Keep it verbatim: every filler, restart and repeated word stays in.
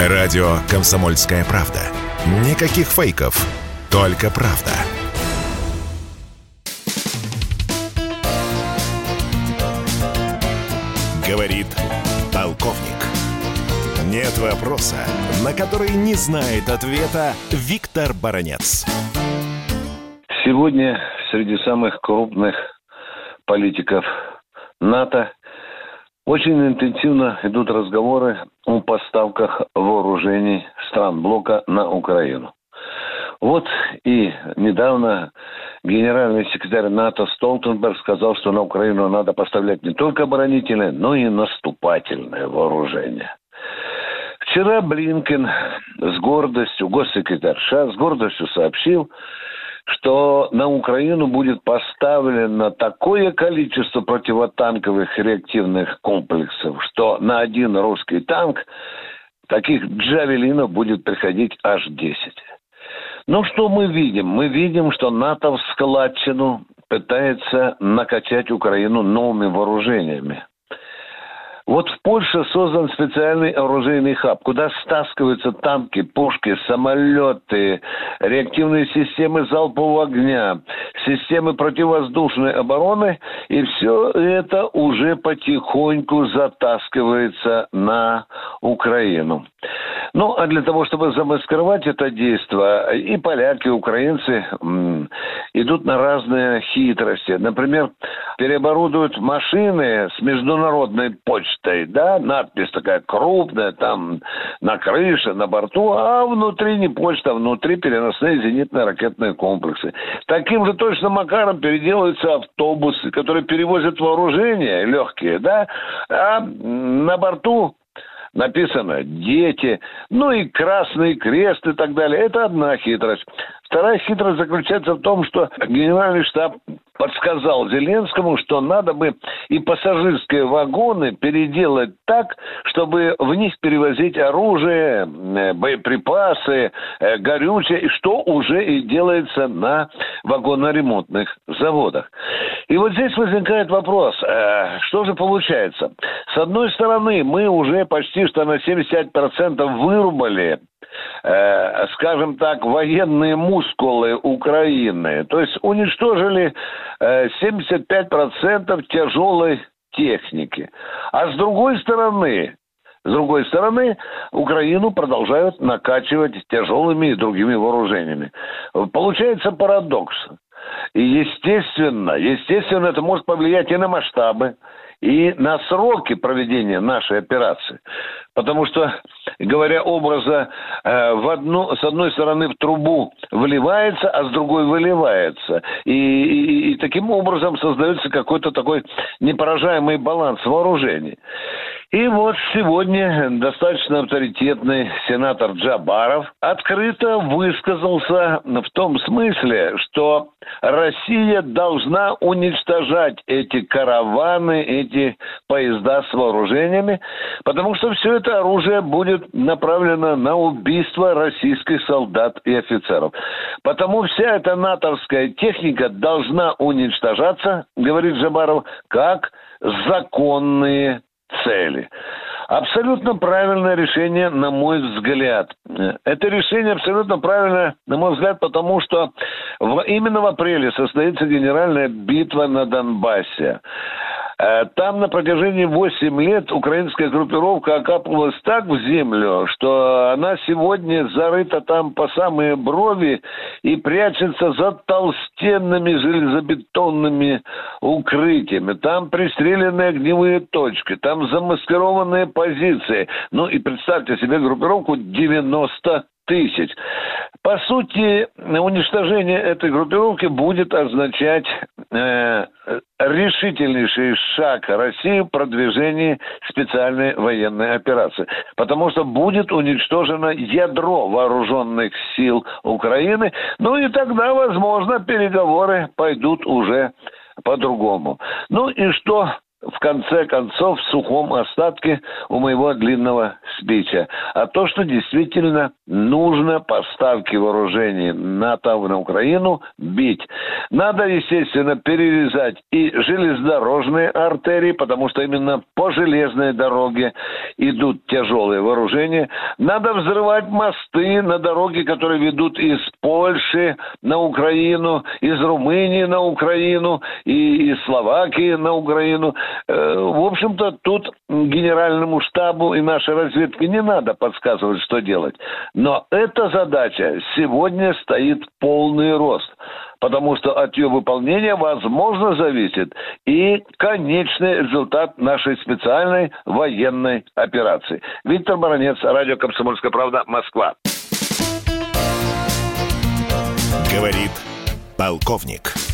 Радио «Комсомольская правда». Никаких фейков, только правда. Говорит полковник. Нет вопроса, на который не знает ответа Виктор Баранец. Сегодня среди самых крупных политиков НАТО очень интенсивно идут разговоры о поставках вооружений стран блока на Украину. Вот и недавно генеральный секретарь НАТО Столтенберг сказал, что на Украину надо поставлять не только оборонительное, но и наступательное вооружение. Вчера Блинкен с гордостью, госсекретарь США с гордостью сообщил, что на Украину будет поставлено такое количество противотанковых реактивных комплексов, что на один русский танк таких джавелинов будет приходить аж десять. Ну, что мы видим? Мы видим, что НАТО в складчину пытается накачать Украину новыми вооружениями. Вот в Польше создан специальный оружейный хаб, куда стаскиваются танки, пушки, самолеты, реактивные системы залпового огня, системы противовоздушной обороны, и все это уже потихоньку затаскивается на Украину. Ну, а для того, чтобы замаскировать это действие, и поляки, и украинцы м, идут на разные хитрости. Например, переоборудуют машины с международной почтой, да, надпись такая крупная, там на крыше, на борту, а внутри не почта, а внутри переносные зенитно-ракетные комплексы. Таким же точно макаром переделываются автобусы, которые перевозят вооружение легкие, да, а на борту написано «дети», ну и «Красный крест» и так далее. Это одна хитрость. Вторая хитрость заключается в том, что генеральный штаб подсказал Зеленскому, что надо бы и пассажирские вагоны переделать так, чтобы в них перевозить оружие, боеприпасы, горючее, что уже и делается на вагоноремонтных заводах. И вот здесь возникает вопрос, что же получается? С одной стороны, мы уже почти что на семьдесят пять процентов вырубали, э, скажем так, военные мускулы Украины. То есть уничтожили э, семьдесят пять процентов тяжелой техники. А с другой стороны, с другой стороны, Украину продолжают накачивать тяжелыми и другими вооружениями. Получается парадокс. И естественно, естественно, это может повлиять и на масштабы, и на сроки проведения нашей операции. Потому что, говоря образно, э, в одну, с одной стороны в трубу вливается, а с другой выливается. И, и, и таким образом создается какой-то такой непоражаемый баланс вооружений. И вот сегодня достаточно авторитетный сенатор Джабаров открыто высказался в том смысле, что Россия должна уничтожать эти караваны, эти поезда с вооружениями, потому что все это оружие будет направлено на убийство российских солдат и офицеров. Потому вся эта натовская техника должна уничтожаться, говорит Джабаров, как законные цели. Абсолютно правильное решение, на мой взгляд. Это решение абсолютно правильное, на мой взгляд, потому что в, именно в апреле состоится генеральная битва на Донбассе. Там на протяжении восьми лет украинская группировка окапывалась так в землю, что она сегодня зарыта там по самые брови и прячется за толстенными железобетонными укрытиями. Там пристреленные огневые точки, там замаскированные позиции. Ну и представьте себе группировку девяносто тысяч. По сути, уничтожение этой группировки будет означать э, решительнейший шаг России в продвижении специальной военной операции. Потому что будет уничтожено ядро вооруженных сил Украины. Ну и тогда, возможно, переговоры пойдут уже по-другому. Ну и что в конце концов в сухом остатке у моего длинного спича. А то, что действительно нужно поставки вооружений НАТО на Украину бить. Надо, естественно, перерезать и железнодорожные артерии, потому что именно по железной дороге идут тяжелые вооружения. Надо взрывать мосты на дороге, которые ведут из Польши на Украину, из Румынии на Украину и из Словакии на Украину. В общем-то, тут генеральному штабу и нашей разведке не надо подсказывать, что делать. Но эта задача сегодня стоит полный рост, потому что от ее выполнения, возможно, зависит и конечный результат нашей специальной военной операции. Виктор Баранец, радио «Комсомольская правда», Москва. Говорит полковник.